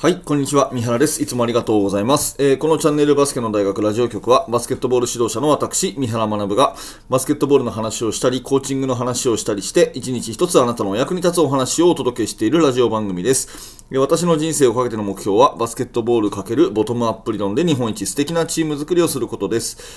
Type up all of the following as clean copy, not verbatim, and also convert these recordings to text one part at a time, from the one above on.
はい、こんにちは。三原です。いつもありがとうございます。このチャンネルバスケの大学ラジオ局は、バスケットボール指導者の私、三原学が、バスケットボールの話をしたり、コーチングの話をしたりして、一日一つあなたのお役に立つお話をお届けしているラジオ番組です。私の人生をかけての目標は、バスケットボール×ボトムアップ理論で日本一素敵なチーム作りをすることです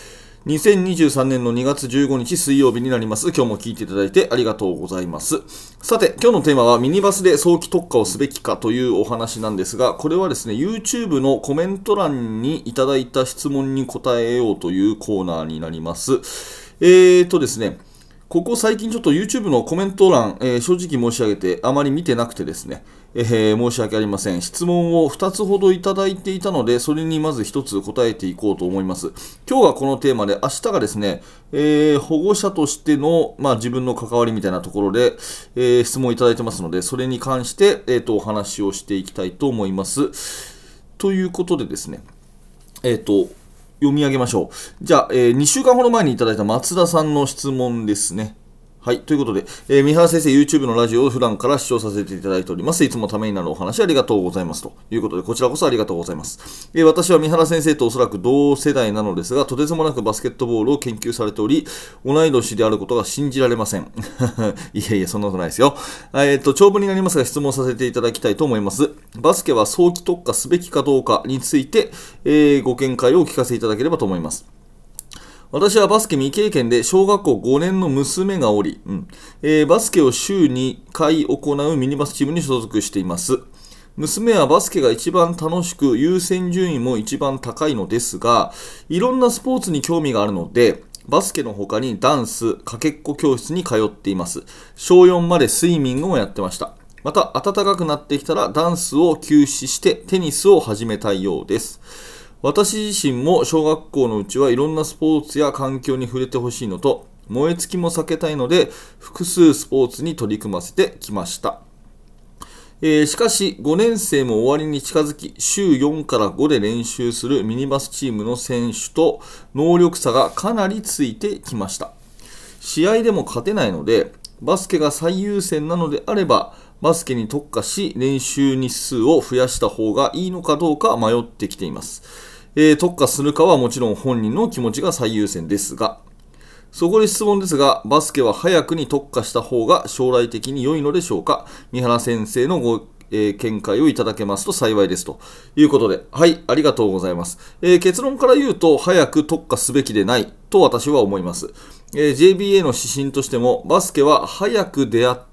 。2023年の2月15日水曜日になります。今日も聞いていただいてありがとうございます。さて、今日のテーマはミニバスで早期特化をすべきかというお話なんですが、これはですね、YouTube のコメント欄にいただいた質問に答えようというコーナーになります。ですね、ここ最近ちょっと YouTube のコメント欄、正直申し上げてあまり見てなくてですね、申し訳ありません。質問を2つほどいただいていたので、それにまず1つ答えていこうと思います。今日はこのテーマで、明日がですね、保護者としての、自分の関わりみたいなところで、質問いただいてますので、それに関して、お話をしていきたいと思います。ということでですね、読み上げましょう。じゃあ、2週間ほど前にいただいた松田さんの質問ですね。はい。ということで、三原先生、YouTube のラジオを普段から視聴させていただいております。いつもためになるお話ありがとうございます。ということで、こちらこそありがとうございます。私は三原先生とおそらく同世代なのですが、とてつもなくバスケットボールを研究されており、同い年であることが信じられません。いえいえ、そんなことないですよ。長文になりますが、質問させていただきたいと思います。バスケは早期特化すべきかどうかについて、ご見解をお聞かせいただければと思います。私はバスケ未経験で小学校5年の娘がおり、バスケを週2回行うミニバスチームに所属しています。娘はバスケが一番楽しく優先順位も一番高いのですが、いろんなスポーツに興味があるので、バスケの他にダンス、かけっこ教室に通っています。小4までスイミングもやってました。また暖かくなってきたらダンスを休止してテニスを始めたいようです。私自身も小学校のうちはいろんなスポーツや環境に触れてほしいのと、燃え尽きも避けたいので、複数スポーツに取り組ませてきました。しかし、5年生も終わりに近づき、週4から5で練習するミニバスチームの選手と能力差がかなりついてきました。試合でも勝てないので、バスケが最優先なのであれば、バスケに特化し練習日数を増やした方がいいのかどうか迷ってきています。特化するかはもちろん本人の気持ちが最優先ですが、そこで質問ですが、バスケは早くに特化した方が将来的に良いのでしょうか。三原先生の見解をいただけますと幸いですということで、はい、ありがとうございます。結論から言うと、早く特化すべきでないと私は思います。JBA の指針としても、バスケは早く出会って、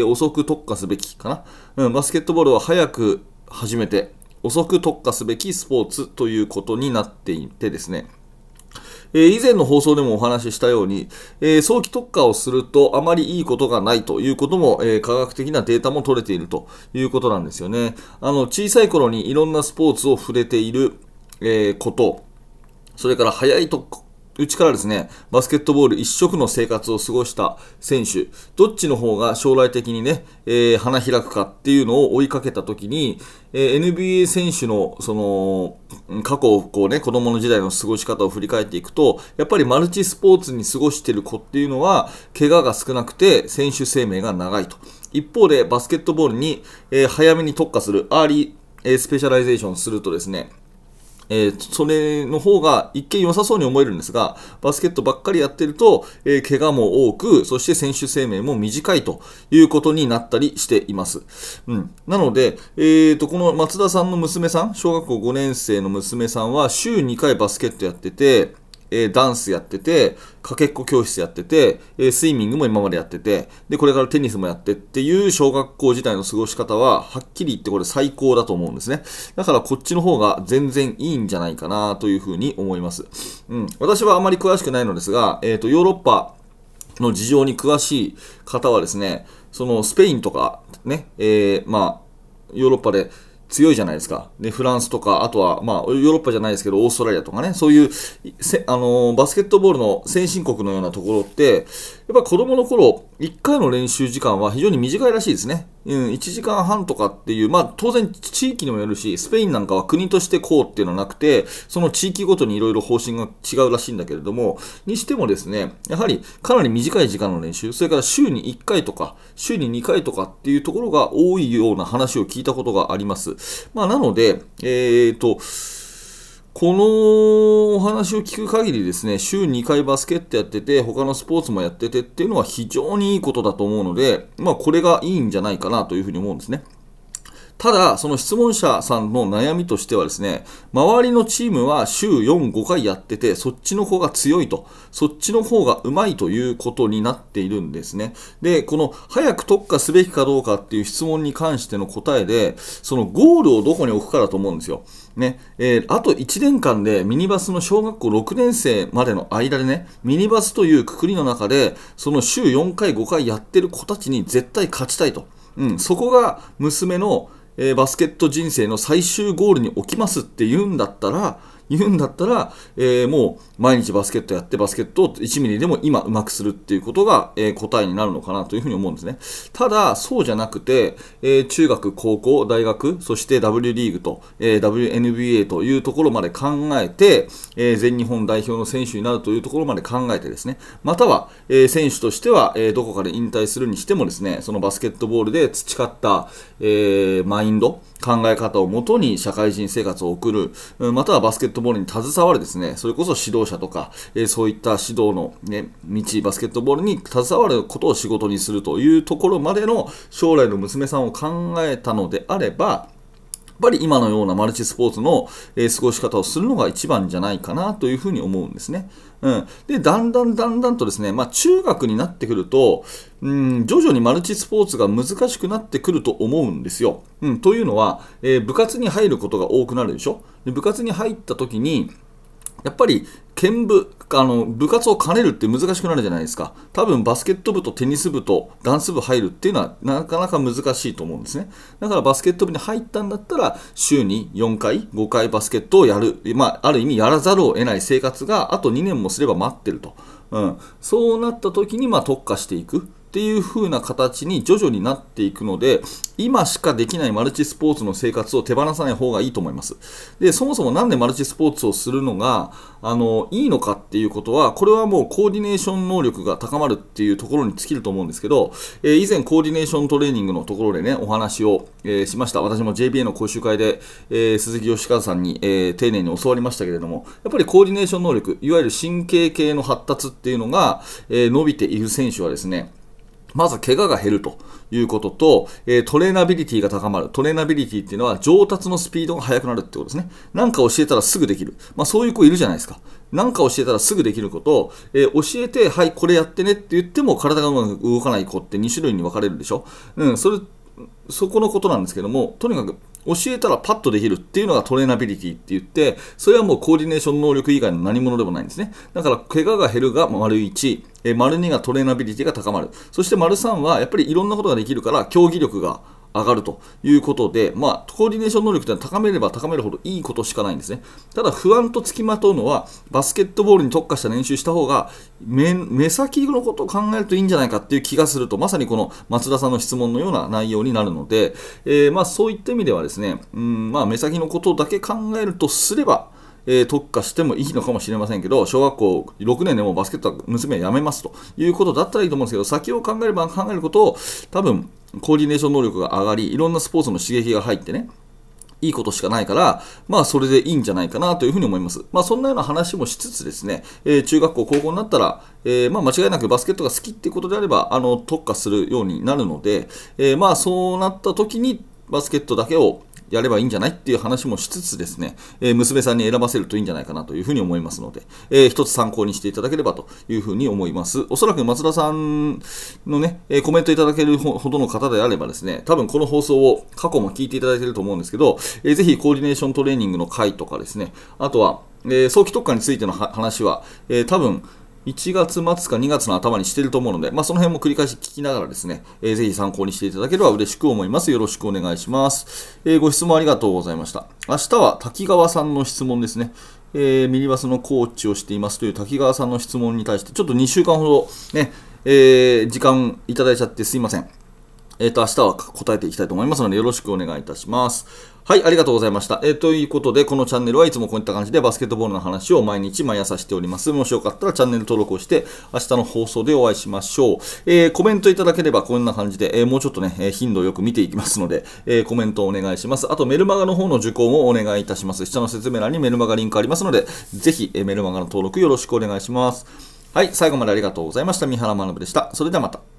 遅く特化すべきかな、バスケットボールは早く始めて、遅く特化すべきスポーツということになっていてですね、以前の放送でもお話ししたように、早期特化をするとあまりいいことがないということも、科学的なデータも取れているということなんですよね。小さい頃にいろんなスポーツを触れている、こと、それから早いうちからですね、バスケットボール一色の生活を過ごした選手、どっちの方が将来的にね、花開くかっていうのを追いかけたときに、NBA 選手のその過去をこうね、子供の時代の過ごし方を振り返っていくと、やっぱりマルチスポーツに過ごしている子っていうのは、怪我が少なくて選手生命が長いと。一方でバスケットボールに、早めに特化する、アーリー、スペシャライゼーションするとですね、それの方が一見良さそうに思えるんですが、バスケットばっかりやってると、怪我も多く、そして選手生命も短いということになったりしています。なので、この松田さんの娘さん、小学校5年生の娘さんは週2回バスケットやってて、ダンスやってて、かけっこ教室やってて、スイミングも今までやってて、で、これからテニスもやってっていう小学校時代の過ごし方は、はっきり言ってこれ最高だと思うんですね。だからこっちの方が全然いいんじゃないかなというふうに思います。私はあまり詳しくないのですが、ヨーロッパの事情に詳しい方はですね、そのスペインとかね、ヨーロッパで強いじゃないですか。で、フランスとか、あとは、ヨーロッパじゃないですけど、オーストラリアとかね、そういうバスケットボールの先進国のようなところって、 っぱ子供の頃、1回の練習時間は非常に短いらしいですね。1時間半とかっていう、当然地域にもよるし、スペインなんかは国としてこうっていうのはなくて、その地域ごとにいろいろ方針が違うらしいんだけれども、にしてもですね、やはりかなり短い時間の練習、それから週に1回とか、週に2回とかっていうところが多いような話を聞いたことがあります。なので、このお話を聞く限りですね、週2回バスケットやってて、他のスポーツもやっててっていうのは非常にいいことだと思うので、これがいいんじゃないかなというふうに思うんですね。ただ、その質問者さんの悩みとしてはですね、周りのチームは週4、5回やってて、そっちの方が強いと、そっちの方がうまいということになっているんですね。で、この早く特化すべきかどうかっていう質問に関しての答えで、そのゴールをどこに置くかだと思うんですよ。ね、あと1年間でミニバスの小学校6年生までの間でね、ミニバスというくくりの中で、その週4回、5回やってる子たちに絶対勝ちたいと。そこが娘のバスケット人生の最終ゴールに置きますって言うんだったら、もう毎日バスケットやってバスケットを1ミリでも今うまくするっていうことが、答えになるのかなというふうに思うんですね。ただそうじゃなくて、中学、高校、大学、そして W リーグと、WNBA というところまで考えて、全日本代表の選手になるというところまで考えてですね、または、選手としては、どこかで引退するにしてもですね、そのバスケットボールで培った、マインド、考え方をもとに社会人生活を送る、またはバスケットボールに携わるですね、それこそ指導者とか、そういった指導の、道、バスケットボールに携わることを仕事にするというところまでの将来の娘さんを考えたのであれば、やっぱり今のようなマルチスポーツの、過ごし方をするのが一番じゃないかなというふうに思うんですね。で、だんだんとですね、中学になってくると、徐々にマルチスポーツが難しくなってくると思うんですよ。というのは、部活に入ることが多くなるでしょ。で、部活に入った時に、やっぱり部活を兼ねるって難しくなるじゃないですか。多分バスケット部とテニス部とダンス部入るっていうのはなかなか難しいと思うんですね。だからバスケット部に入ったんだったら週に4回、5回バスケットをやる、ある意味やらざるを得ない生活があと2年もすれば待ってると。そうなった時に特化していく。っていう風な形に徐々になっていくので、今しかできないマルチスポーツの生活を手放さない方がいいと思います。で、そもそもなんでマルチスポーツをするのがいいのかっていうことは、これはもうコーディネーション能力が高まるっていうところに尽きると思うんですけど、以前コーディネーショントレーニングのところでね、お話を、しました。私も JBA の講習会で、鈴木義和さんに、丁寧に教わりましたけれども、やっぱりコーディネーション能力、いわゆる神経系の発達っていうのが、伸びている選手はですね、まず怪我が減るということと、トレーナビリティが高まる。トレーナビリティっていうのは上達のスピードが速くなるってことですね。なんか教えたらすぐできる。そういう子いるじゃないですか。なんか教えたらすぐできることを、教えて、はい、これやってねって言っても体がうまく動かない子って2種類に分かれるでしょ。そこのことなんですけども、とにかく教えたらパッとできるっていうのがトレーナビリティって言って、それはもうコーディネーション能力以外の何者でもないんですね。だから怪我が減るが丸1、丸2がトレーナビリティが高まる。そして丸3はやっぱりいろんなことができるから競技力が上がるということで、コーディネーション能力というのは高めれば高めるほどいいことしかないんですね。ただ不安とつきまとうのは、バスケットボールに特化した練習した方が目先のことを考えるといいんじゃないかっていう気がすると、まさにこの松田さんの質問のような内容になるので、そういった意味ではですね、目先のことだけ考えるとすれば、特化してもいいのかもしれませんけど、小学校6年でもバスケットは娘はやめますということだったらいいと思うんですけど、先を考えれば考えることを多分コーディネーション能力が上がり、いろんなスポーツの刺激が入ってね、いいことしかないから、それでいいんじゃないかなというふうに思います。そんなような話もしつつですね、中学校、高校になったら、間違いなくバスケットが好きっていうことであれば、特化するようになるので、そうなった時にバスケットだけをやればいいんじゃないっていう話もしつつですね、娘さんに選ばせるといいんじゃないかなというふうに思いますので、一つ参考にしていただければというふうに思います。おそらく松田さんのね、コメントいただけるほどの方であればですね、多分この放送を過去も聞いていただいていると思うんですけど、ぜひコーディネーショントレーニングの回とかですね、あとは、早期特化についての話は、多分1月末か2月の頭にしていると思うので、その辺も繰り返し聞きながらですね、ぜひ参考にしていただければ嬉しく思います。よろしくお願いします。ご質問ありがとうございました。明日は滝川さんの質問ですね。ミニバスのコーチをしていますという滝川さんの質問に対して、ちょっと2週間ほどね、 時間いただいちゃってすいません。明日は答えていきたいと思いますので、よろしくお願いいたします。はい、ありがとうございました。ということで、このチャンネルはいつもこういった感じでバスケットボールの話を毎日毎朝しております。もしよかったらチャンネル登録をして、明日の放送でお会いしましょう。コメントいただければこんな感じで、もうちょっとね、頻度をよく見ていきますので、コメントをお願いします。あと、メルマガの方の受講もお願いいたします。下の説明欄にメルマガリンクありますので、ぜひ、メルマガの登録よろしくお願いします。はい、最後までありがとうございました。三原学でした。それではまた。